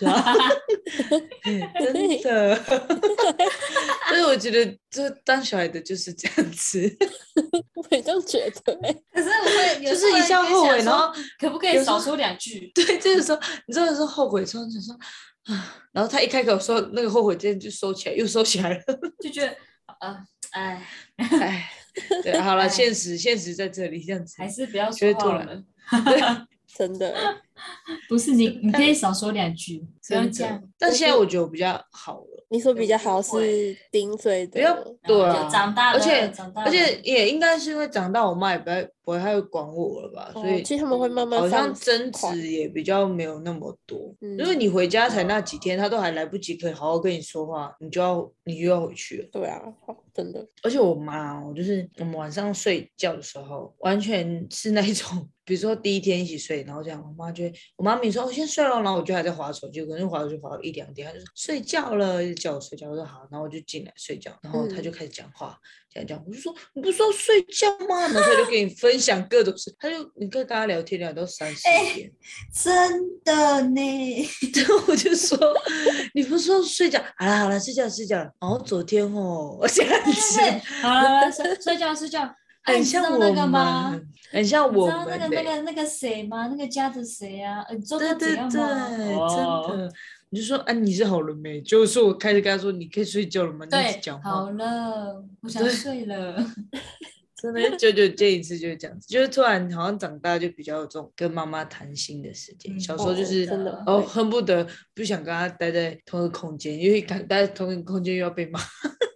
真的，所以我觉得，就当小孩的就是这样子。 我也这样觉得、欸， 可是我会就是一下后悔，然后可不可以少说两句？ 对，这个时候你真的是后悔，之后就说啊，然后他一开口说那个后悔，这就收起来，又收起来了， 就觉得呃，哎哎，对，好了，现实现实在这里，这样子还是不要说话了。 真的， 不是你，你可以少说两句，不用这样。 但现在我觉得我比较好了。 你说比较好是顶嘴的， 比较对啊， 长大了， 而且长大了而且也应该是因为长大，我妈也不太不太会管我了吧， 哦、 所以其实他们会慢慢好像放争宽执也比较没有那么多。 嗯因为你回家才那几天，他都还来不及可以好好跟你说话，你就要你就要回去了。 对啊，真的。 而且我妈哦，就是我们晚上睡觉的时候，完全是那一种，比如说第一天一起睡，然后这样，我妈就会，我妈咪说我先睡了，然后我就还在滑手机，可能滑手机滑到一两点，她就说睡觉了，一直叫我睡觉，我说好，然后我就进来睡觉，然后她就开始讲话，讲讲，我就说你不是说睡觉吗？然后她就跟你分享各种事，她就你可以跟她聊天聊到三四点， 真的呢。 然后我就说你不是说睡觉？好了好了，睡觉睡觉。然后昨天哦，我这样子， 好了，睡睡觉睡觉。哎，你知很像我道那个们， 吗？ 很像你知道我们那个那欸个那个谁吗？那个家的谁啊？呃你做对对过怎样吗？ 对，真哦， 的，你就说啊，你是好了没？就是说我开始跟他说，你可以睡觉了吗？你一直对， 讲好话， 了，我想对睡了。 真的久久见一次就是这样子，就是突然好像长大就比较有这种跟妈妈谈心的时间。 嗯小时候就是真的哦， 会恨不得不想跟他待在同一个空间，因为敢待在同一个空间又要被骂。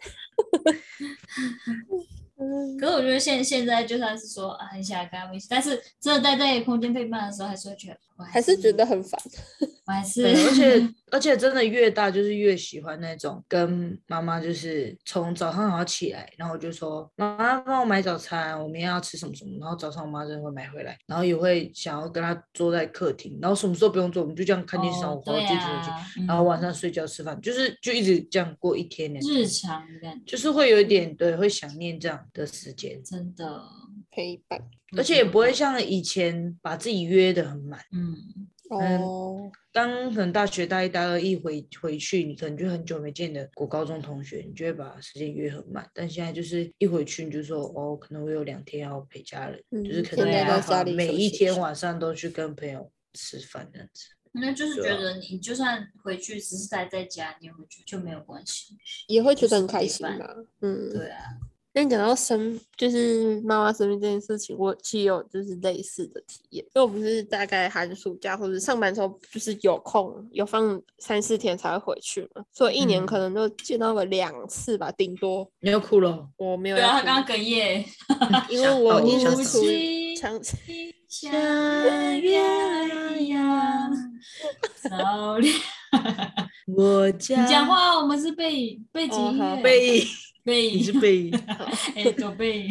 嗯， 可是我觉得现现在就算是说啊很想跟他们一起，但是真的待在一个空间被骂的时候，还是会觉得我还是觉得很烦。 我还是对，而且而且真的越大就是越喜欢那种跟妈妈就是从早上好起来，然后我就说妈妈帮我买早餐，我明天要吃什么什么，然后早上我妈真的会买回来，然后也会想要跟她坐在客厅，然后什么时候不用做，我们就这样看电视，然后哦我滑对自己手机， 啊， 然后晚嗯上睡觉吃饭，就是就一直这样过一天呢， 日常的感觉， 就是会有一点对，会想念这样的时间， 真的， 陪伴而且也不会像以前把自己约得很满。 嗯， 哦， 当可能大学大一、大二一回回去，你可能就很久没见的国高中同学，你就会把时间约很满。但现在就是一回去，你就说哦，可能我有两天要陪家人， 嗯就是可能现在没办在家里法每一休息一下天晚上都去跟朋友吃饭这样子。 那就是觉对啊得你就算回去只是待在家，你也会觉得就没有关系， 也会觉得很开就是陪心吧。嗯， 对啊， 那你讲到生，就是妈妈生病这件事情，我其实有就是类似的体验，因为我不是大概寒暑假或者上班的时候，就是有空有放三四天才会回去嘛，所以一年嗯可能就见到个两次吧，顶多。 你要哭了哦， 我没有对啊， 要哭他刚刚哽咽， 因为我一直哦处于期长期像月亮一样照亮。 我家你讲话，我们是背背景音哦好乐， 背， 背， 你是背， 哎，左背，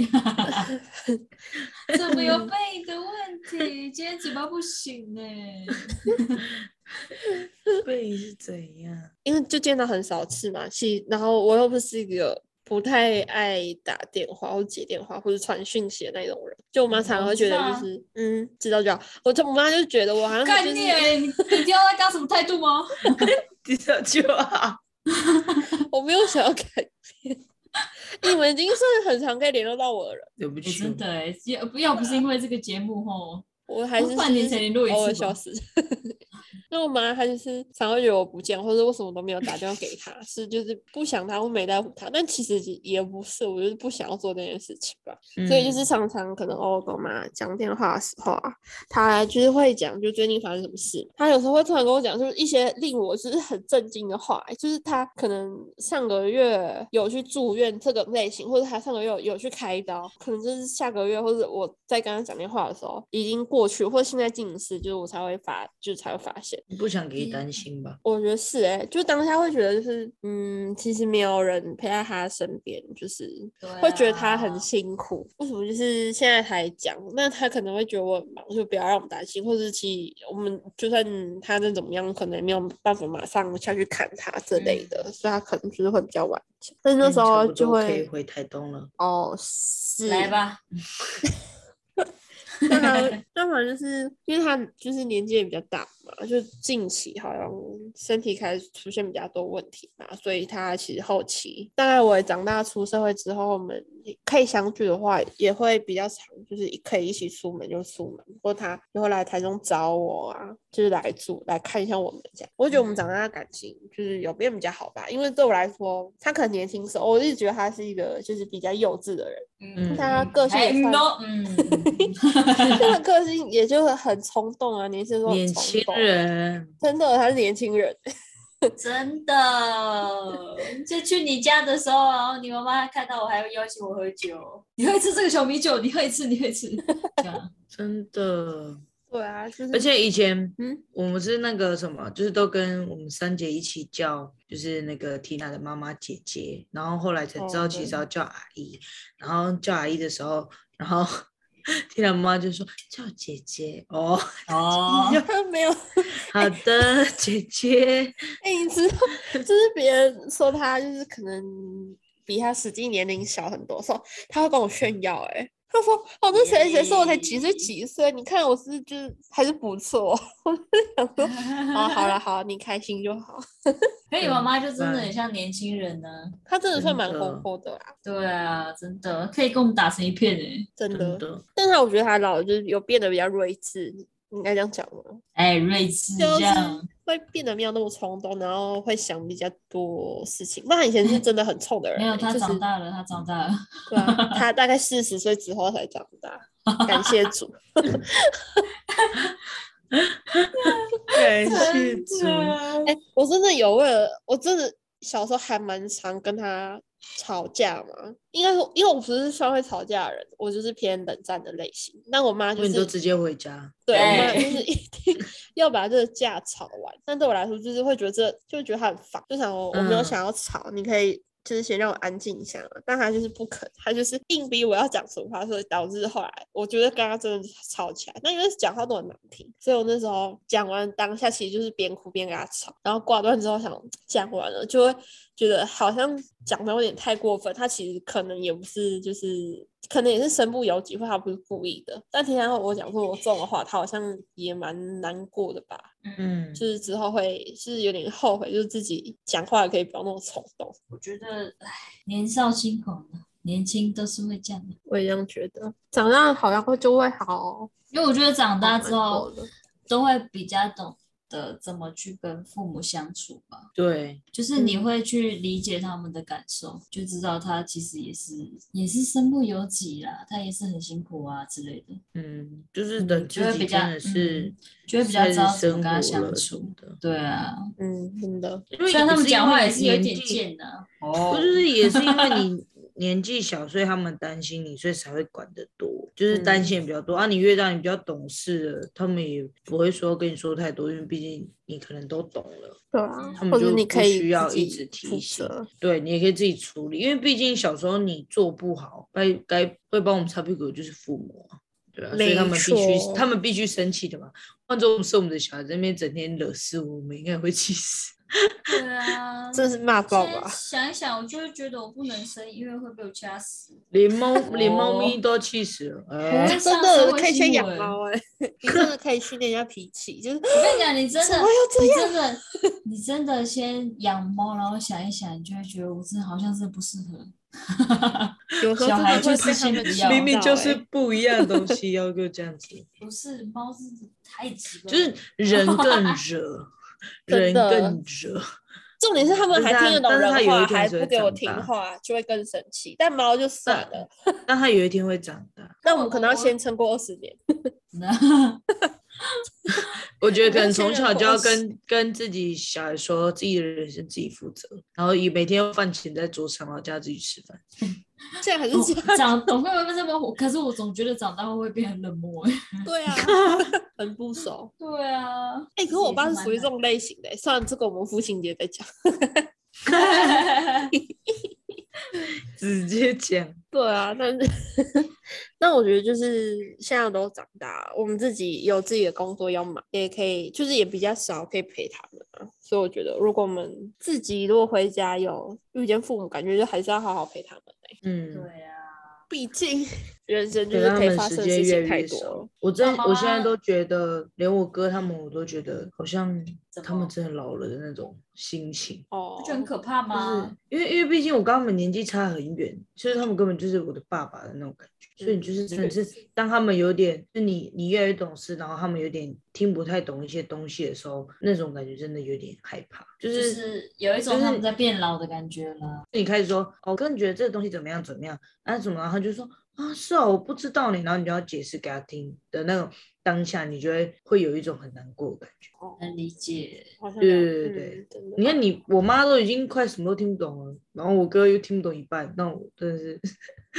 怎么有背的问题？今天嘴巴不行呢。 背是怎样？ 因为就见到很少次嘛，其然后我又不是一个不太爱打电话或接电话或者传讯息的那种人，就我妈常常会觉得就是嗯，知道就好。我就我妈就觉得我好像概就是念，你你听到他刚什么态度吗？ 知道就好。 我没有想要改变，你们已经算很常可以联络到我的人， 哎， 对不起， 真的哎，要不要不是因为这个节目吼， 我还是我半年才联络一次吧偶尔消失。那我妈她就是常会觉得我不见，或者为什么都没有打电话给她，是就是不想她或没在乎她，但其实也不是，我就是不想要做这件事情吧。所以就是嗯常常可能偶尔跟我妈讲电话的时候啊，她就是会讲，就最近发生什么事，她有时候会突然跟我讲，就是一些令我就是很震惊的话，就是她可能上个月有去住院这个类型，或者她上个月有有去开刀，可能就是下个月或者我在跟她讲电话的时候已经过去，或者现在进行时，就是我才会发，就是才会发现。 你不想给你担心吧？ 我觉得是哎、欸，就当下会觉得就是嗯，其实没有人陪在他身边，就是对啊会觉得他很辛苦。为什么就是现在才讲？那他可能会觉得我很忙，就不要让我们担心，或者其实我们就算他真怎么样，可能也没有办法马上下去看他之类的， 嗯所以他可能就是会比较晚讲。但是那时嗯差不多候就会、 可以回台东了。 哦，是来吧， 那他那反正就是因为他就是年纪也比较大嘛， 嘛，就近期好像身体开始出现比较多问题嘛，所以他其实后期大概我长大出社会之后，我们可以相聚的话，也会比较常，就是可以一起出门就出门，或他也会来台中找我啊，就是来住来看一下我们这样。我觉得我们长大的感情就是有变比较好吧，因为对我来说，他可能年轻时候，我一直觉得他是一个就是比较幼稚的人。 嗯， 他个性也算， 嗯， 他的个性也就很冲动啊，年轻时候年轻人， 真的他是年轻人， 真的，就去你家的时候，然后你妈妈看到我还会邀请我喝酒，你会吃这个小米酒，你会吃，你会吃，这样真的。 对啊，就是而且以前， 嗯， 我们是那个什么，就是都跟我们三姐一起叫，就是那个缇娜的妈妈姐姐，然后后来才知道其实要叫阿姨，然后叫阿姨的时候，然后缇娜妈妈就说叫姐姐哦， 哦， 没有， 好的，姐姐， 哎、欸，你知道，就是别人说他就是可能比他实际年龄小很多，说他会跟我炫耀、欸，哎。他说：“哦，那谁谁说我才几岁几岁？你看我是就是还是不错。”我就想说：“哦，好了好，你开心就好。” 可你妈妈就真的很像年轻人呢、啊， 她真的算蛮活泼的啦。 对啊，真的可以跟我们打成一片诶， 真的。 真的但是我觉得她老了就是有变得比较睿智，应该这样讲吗？ 哎，睿智这样。 会变得没有那么冲动，然后会想比较多事情。那他以前是真的很冲的人、欸， 没有，他长大了， 就是、 他长大了。 对啊，他大概四十岁之后才长大，感谢主。 感谢主。 哎、欸，我真的有为了，我真的小时候还蛮常跟他吵架嘛。应该说，因为我不是算会吵架的人，我就是偏冷战的类型。但我妈就是， 你都直接回家。 对，我妈就是一定要把这个架吵完。但对我来说，就是会觉得这，就觉得她很烦，就想我我没有想要吵，嗯、你可以。就是先让我安静一下嘛，但他就是不肯，他就是硬逼我要讲什么话，所以导致后来我觉得跟他真的吵起来。那因为讲话都很难听，所以我那时候讲完当下其实就是边哭边跟他吵，然后挂断之后想讲完了，就会觉得好像讲的有点太过分，他其实可能也不是就是。可能也是身不由己，或他不是故意的。但听到我讲说我中的话，他好像也蛮难过的吧？ 嗯， 就是之后会是有点后悔，就是自己讲话可以不要那么冲动。 我觉得，唉，年少轻狂的，年轻都是会这样的。 我也这样觉得，长大好像会就会好， 因为我觉得长大之后都会比较懂的怎么去跟父母相处吧。 对， 就是你会去理解他们的感受，嗯、就知道他其实也是也是身不由己啦，他也是很辛苦啊之类的。 嗯，就是等自己真的是、 嗯、就会比较知道怎么跟他相处的。对啊， 嗯，真的。 虽然他们讲话也是有点贱的、啊， 哦，就是也是因为你年纪小，所以他们担心你，所以才会管得多，就是担心也比较多、嗯、啊。你越大，你比较懂事了，他们也不会说跟你说太多，因为毕竟你可能都懂了。 对啊， 他们就不需要一直提醒。对，你也可以自己处理，因为毕竟小时候你做不好，该该会帮我们擦屁股的就是父母啊，对啊，所以他们必须他们必须生气的嘛。换做我们是我们的小孩在那边整天惹事，我们应该会气死。 对啊， 真是骂爆吧！ 想一想，我就会觉得我不能生，因为会被我掐死。 连猫连猫咪都气死了， 呃、真的可以先养猫哎！你真的可以训练一下脾气，就是我跟你讲，你真的，你真的，你真的先养猫，然后想一想，你就会觉得我真的好像是不适合。 有时候小孩就是先不要， 明明就是不一样的东西，要就这样子。 不是猫是太急了， 就是人更惹。人更惹， 重点是他们还听得懂人话，还不给我听话，就会更生气。但猫就算了， 但他有一天会长大。 那我们可能要先撑过二十年。 我觉得可能从小就要跟跟自己小孩说，自己的人生自己负责，然后以每天要饭钱在桌上，然后叫他自己吃饭。 现在还是这样， 长我会不会这么火？可是我总觉得长大后会变很冷漠。 对啊，很不熟。 对啊， 哎、欸，可是我爸是属于这种类型的，算了，这个我们父亲节再讲。 直接讲。 对啊，但是那我觉得就是现在都长大，我们自己有自己的工作要忙，也可以就是也比较少可以陪他们啊。所以我觉得，如果我们自己如果回家有遇见父母，感觉就还是要好好陪他们、欸。 嗯， 对啊， 毕竟人生就是可以发生的事情太多了。 我真我现在都觉得，连我哥他们我都觉得好像他们真的老了的那种心情。 哦，不觉得很可怕吗？ 就是因为因为毕竟我跟他们年纪差很远，所以他们根本就是我的爸爸的那种感觉。所以你就是真的是当他们有点，就你你越来越懂事，然后他们有点听不太懂一些东西的时候，那种感觉真的有点害怕，就是、 就是、有一种他们在变老的感觉了。 你开始说，哦，我个人觉得这个东西怎么样怎么样，啊怎么，然后他就说啊是哦，我不知道你，然后你就要解释给他听的那种当下，你就会会有一种很难过的感觉。 哦，能理解。 对对对对、嗯，你看你我妈都已经快什么都听不懂了，然后我哥又听不懂一半，那我真的是。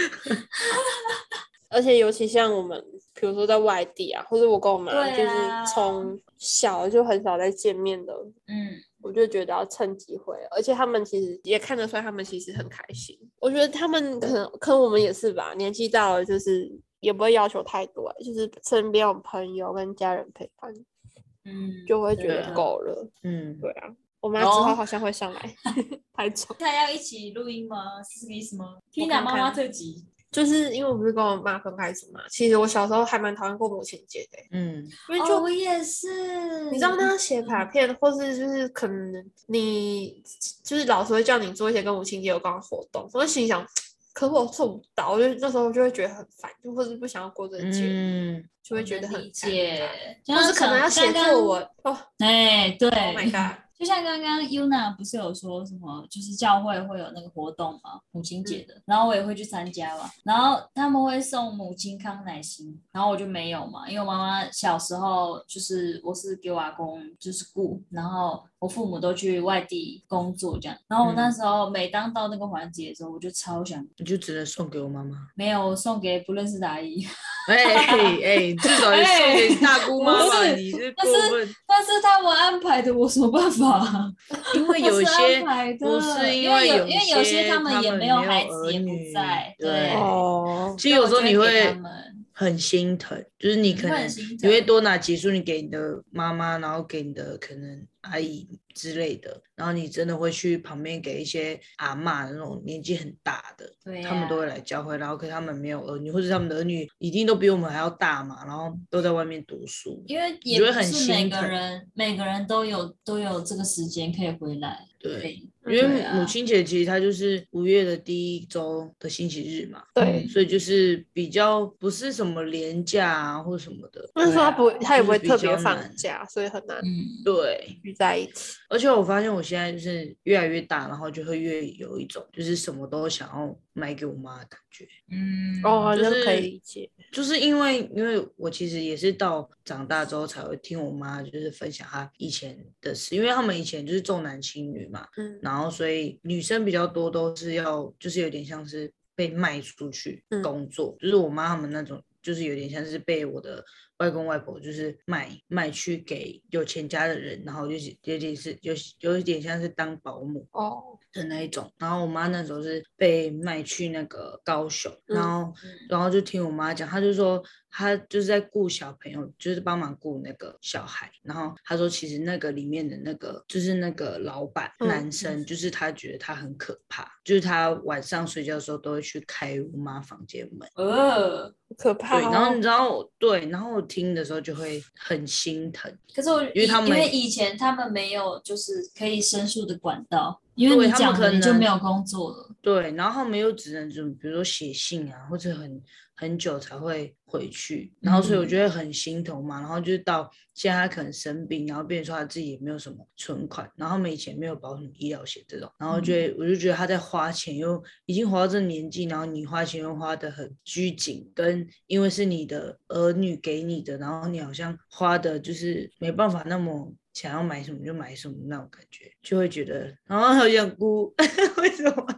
而且尤其像我们，比如说在外地啊，或者我跟我妈就是从小就很少在见面的， 嗯， 我就觉得要趁机会，而且他们其实也看得出来，他们其实很开心。我觉得他们可能，可能我们也是吧，年纪到了，就是也不会要求太多，就是身边有朋友跟家人陪伴， 嗯， 就会觉得够了。 嗯， 对啊。我妈之后好像会上来拍照。 她要一起录音吗？是这个意思吗 ？Tina 妈妈特辑。 就是因为我不是跟我妈分开住嘛，其实我小时候还蛮讨厌过母亲节的、欸， 嗯， 因为就、 哦、我也是， 你知道那样写卡片，或是就是可能你就是老师会叫你做一些跟母亲节有关的活动，我就心想，可是我做不到，我就那时候就会觉得很烦，就或是不想要过这个节日，嗯、就会觉得很理解， 或是可能要写作文哦， 哎，对 ，Oh my god。 就像刚刚 Yuna 不是有说什么，就是教会会有那个活动嘛，母亲节的，嗯、然后我也会去参加嘛，然后他们会送母亲康乃馨，然后我就没有嘛，因为我妈妈小时候就是我是给我阿公就是顾，然后我父母都去外地工作这样，然后我那时候每当到那个环节的时候，我就超想， 你就只能送给我妈妈， 没有，我送给不认识的阿姨。 哎哎哎，至少也送给大姑妈吧，欸、你是过分。 但是他们安排的，我什么办法？ 因为有些不是因为有因为有些他们也没有孩子，也不在，对。 哦， 其实有时候你会很心疼，就是你可能你会多拿几束你给你的妈妈，然后给你的可能阿姨之类的，然后你真的会去旁边给一些阿嬷那种年纪很大的， 对、啊， 他们都会来教会，然后可是他们没有儿女，或者他们的儿女一定都比我们还要大嘛，然后都在外面读书， 因为也不是每个人每个人都有都有这个时间可以回来， 对。 对， 因为母亲节其实它就是五月的第一周的星期日嘛， 对， 所以就是比较不是什么连假啊或什么的， 但是他不，他也不会特别放假，所以很难， 嗯， 对， 聚在一起。 而且我发现我现在就是越来越大，然后就会越有一种就是什么都想要买给我妈的感觉， 嗯， 哦， 就是、 可以理解， 就是因为因为我其实也是到长大之后才会听我妈就是分享她以前的事，因为他们以前就是重男轻女嘛， 嗯， 然后所以女生比较多都是要就是有点像是被卖出去工作，嗯、就是我妈他们那种就是有点像是被我的外公外婆就是卖卖去给有钱家的人，然后就是有点是有有一点像是当保姆哦的那一种，然后我妈那时候是被卖去那个高雄，然后、嗯、然后就听我妈讲，她就说她就是在顾小朋友，就是帮忙顾那个小孩，然后她说其实那个里面的那个就是那个老板、嗯、男生，就是他觉得他很可怕，就是他晚上睡觉的时候都会去开我妈房间门， 呃， 可怕、哦。 对，然后你知道，对，然后我听的时候就会很心疼。 可是我因为他们因为以前他们没有就是可以申诉的管道，因为你讲了你就没有工作了。 对，然后他们又只能就比如说写信啊，或者很很久才会回去，然后所以我觉得很心疼嘛。嗯、然后就是到现在他可能生病，然后变成说他自己也没有什么存款，然后他们以前没有保什么医疗险这种，然后就、嗯、我就觉得他在花钱又已经花到这年纪，然后你花钱又花得很拘谨，跟因为是你的儿女给你的，然后你好像花的就是没办法那么。想要买什么就买什么那种感觉，就会觉得，然后好想哭，为什么？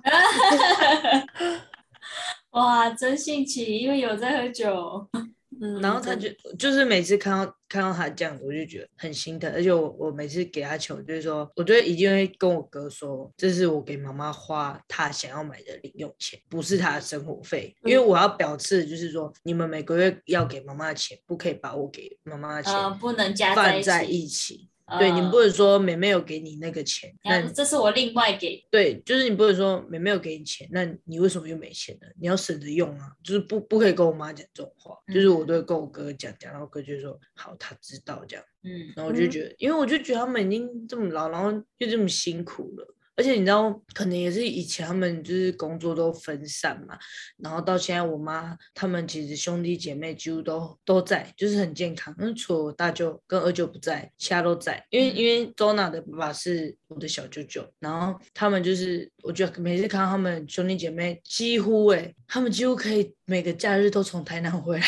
哇，真性情，因为有在喝酒。 嗯，然后他就就是每次看到看到他这样子，我就觉得很心疼，而且我我每次给他钱，我就是说，我就一定会跟我哥说，这是我给妈妈花他想要买的零用钱，不是他的生活费，因为我要表示就是说，你们每个月要给妈妈的钱，不可以把我给妈妈的钱、 呃、不能加放在一起。 对你不能说妹妹有给你那个钱，那这是我另外给。 对，就是你不能说妹妹有给你钱，那你为什么又没钱呢？你要省着用啊，就是不不可以跟我妈讲这种话，嗯、就是我都会跟我哥讲讲，然后哥就说好，他知道这样，嗯，然后我就觉得，因为我就觉得他们已经这么老，然后又这么辛苦了。而且你知道，可能也是以前他们就是工作都分散嘛，然后到现在我妈他们其实兄弟姐妹几乎都都在，就是很健康。因为除了我大舅跟二舅不在，其他都在。因为、嗯、因为周娜的爸爸是我的小舅舅，然后他们就是我觉得每次看到他们兄弟姐妹，几乎哎、欸，他们几乎可以每个假日都从台南回来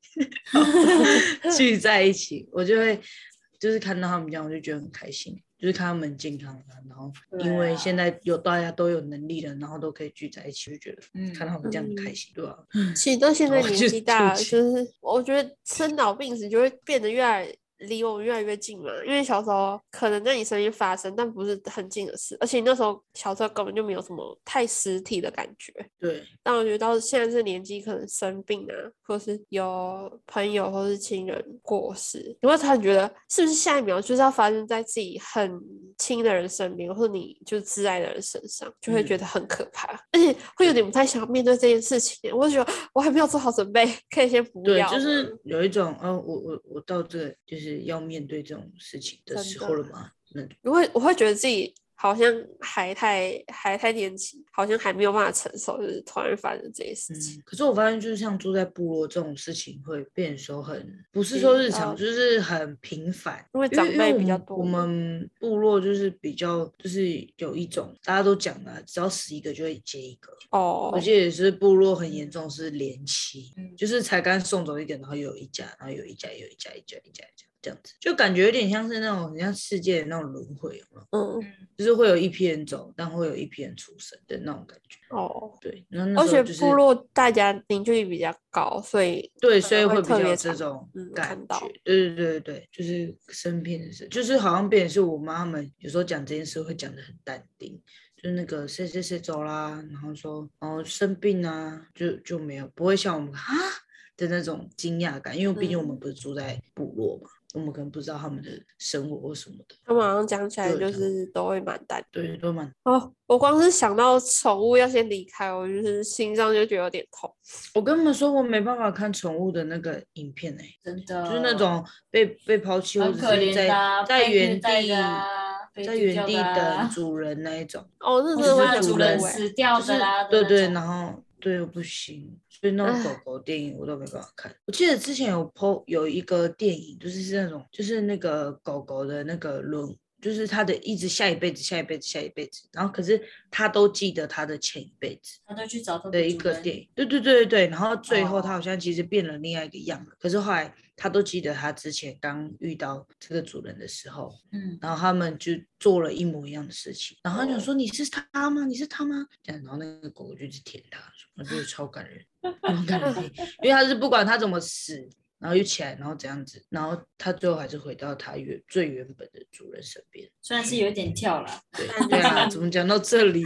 聚在一起，我就会就是看到他们这样，我就觉得很开心。就是看他们很健康的，然后因为现在有大家都有能力了，然后都可以聚在一起，就觉得看到他们这样很开心，嗯、对吧？ 其实到现在年纪大，就是我觉得生老病死就会变得越来离我们越来越近嘛。因为小时候可能在你身边发生，但不是很近的事，而且那时候小时候根本就没有什么太实体的感觉。 对， 但我觉得到现在这年纪，可能生病啊，或是有朋友或是亲人过世，你会突然觉得是不是下一秒就是要发生在自己很亲的人身边，或者你就是挚爱的人身上，就会觉得很可怕，嗯、而且会有点不太想要面对这件事情。我就觉得我还没有做好准备，可以先不要。 对，就是有一种，哦，我我我到这个就是要面对这种事情的时候了吗？嗯， 我会我会觉得自己好像还太还太年轻，好像还没有办法承受，就是突然发生这些事情。 嗯、可是我发现，就是像住在部落这种事情，会变说很不是说日常，嗯、就是很频繁， 因为长辈比较多。 我们部落就是比较就是有一种大家都讲的，只要死一个就会接一个。哦，我记得也是部落很严重，是连妻，嗯、就是才刚送走一个，然后又有一家，然后有一家，有一家，一家，一家，一家。这样子就感觉有点像是那种很像世界的那种轮回，有没有？嗯，就是会有一批人走，但会有一批人出生的那种感觉。哦，对，那那时候、就是、 而且部落大家凝聚力比较高，所以对，所以会比较有这种感觉。嗯、对对对对，就是生病的事，就是好像变成是我妈他们有时候讲这件事会讲得很淡定。就是那个谁谁谁走啦，然后说哦生病啊，就就没有不会像我们啊的那种惊讶感，因为毕竟我们不是住在部落嘛。嗯，我们可能不知道他们的生活或什么的， 他们好像讲起来就是都会蛮淡， 对，都蛮哦。我光是想到宠物要先离开，我就是心脏就觉得有点痛。 我跟你们说，我没办法看宠物的那个影片哎、欸， 真的， 就是那种被被抛弃或者是在、 啊、 在原地、 啊、 在原地等主人那一种。 哦，那真的会主人死掉的啦、 就是，对对，然后对我不行。所以那种狗狗电影我都没办法看。我记得之前有 po 有一个电影，就是是那种就是那个狗狗的那个轮，就是它的一直下一辈子下一辈子下一辈子，然后可是它都记得它的前一辈子， 它都去找它的一个电影。对对对对对，然后最后它好像其实变了另外一个样了，哦、可是后来它都记得它之前刚遇到这个主人的时候，嗯，然后他们就做了一模一样的事情，然后他就说、哦、你是他吗？你是他吗？这样，然后那个狗狗就一直舔它，我觉得超感人。很感人，因为他是不管他怎么死，然后又起来，然后怎样子，然后他最后还是回到他原最原本的主人身边。 虽然是有点跳啦， 对对啊，怎么讲到这里？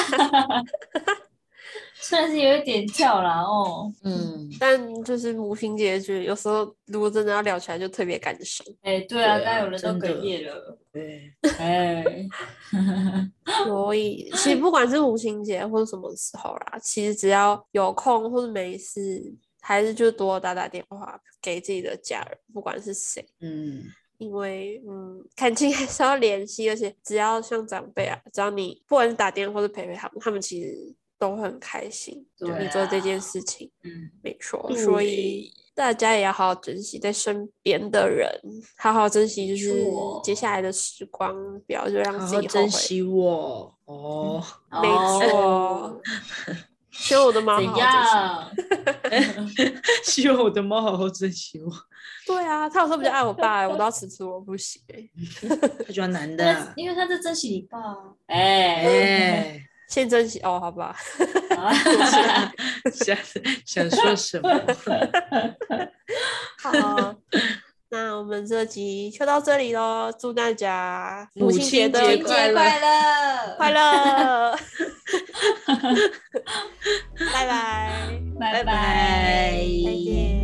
虽然是有一点跳啦哦， 嗯，但就是母亲节剧，有时候如果真的要聊起来，就特别感伤。 哎、欸，对啊，刚才有人都哽咽了。 对， 哎， 所以其实不管是母亲节或者什么时候啦，其实只要有空或者没事，还是就多打打电话给自己的家人，不管是谁。嗯。因为嗯，感情还是要联系，而且只要像长辈啊，只要你不管是打电话或是陪陪他们，他们其实都很开心，啊、你做这件事情。嗯，没错，所以大家也要好好珍惜在身边的人，好好珍惜就是接下来的时光，不要就让自己后悔。 好好珍惜我哦， 嗯、没错。希望我的猫好好珍惜。希望我的猫好好珍惜我。 对啊，他有时候比较爱我爸、欸，我都要吃吃我不行、欸。 他喜欢男的， 因为他在珍惜你爸。哎、 欸， 先珍惜哦，好吧。 想想说什么？ 好，那我们这集就到这里咯，祝大家母亲节的快乐快乐！拜拜， 拜拜， 再见。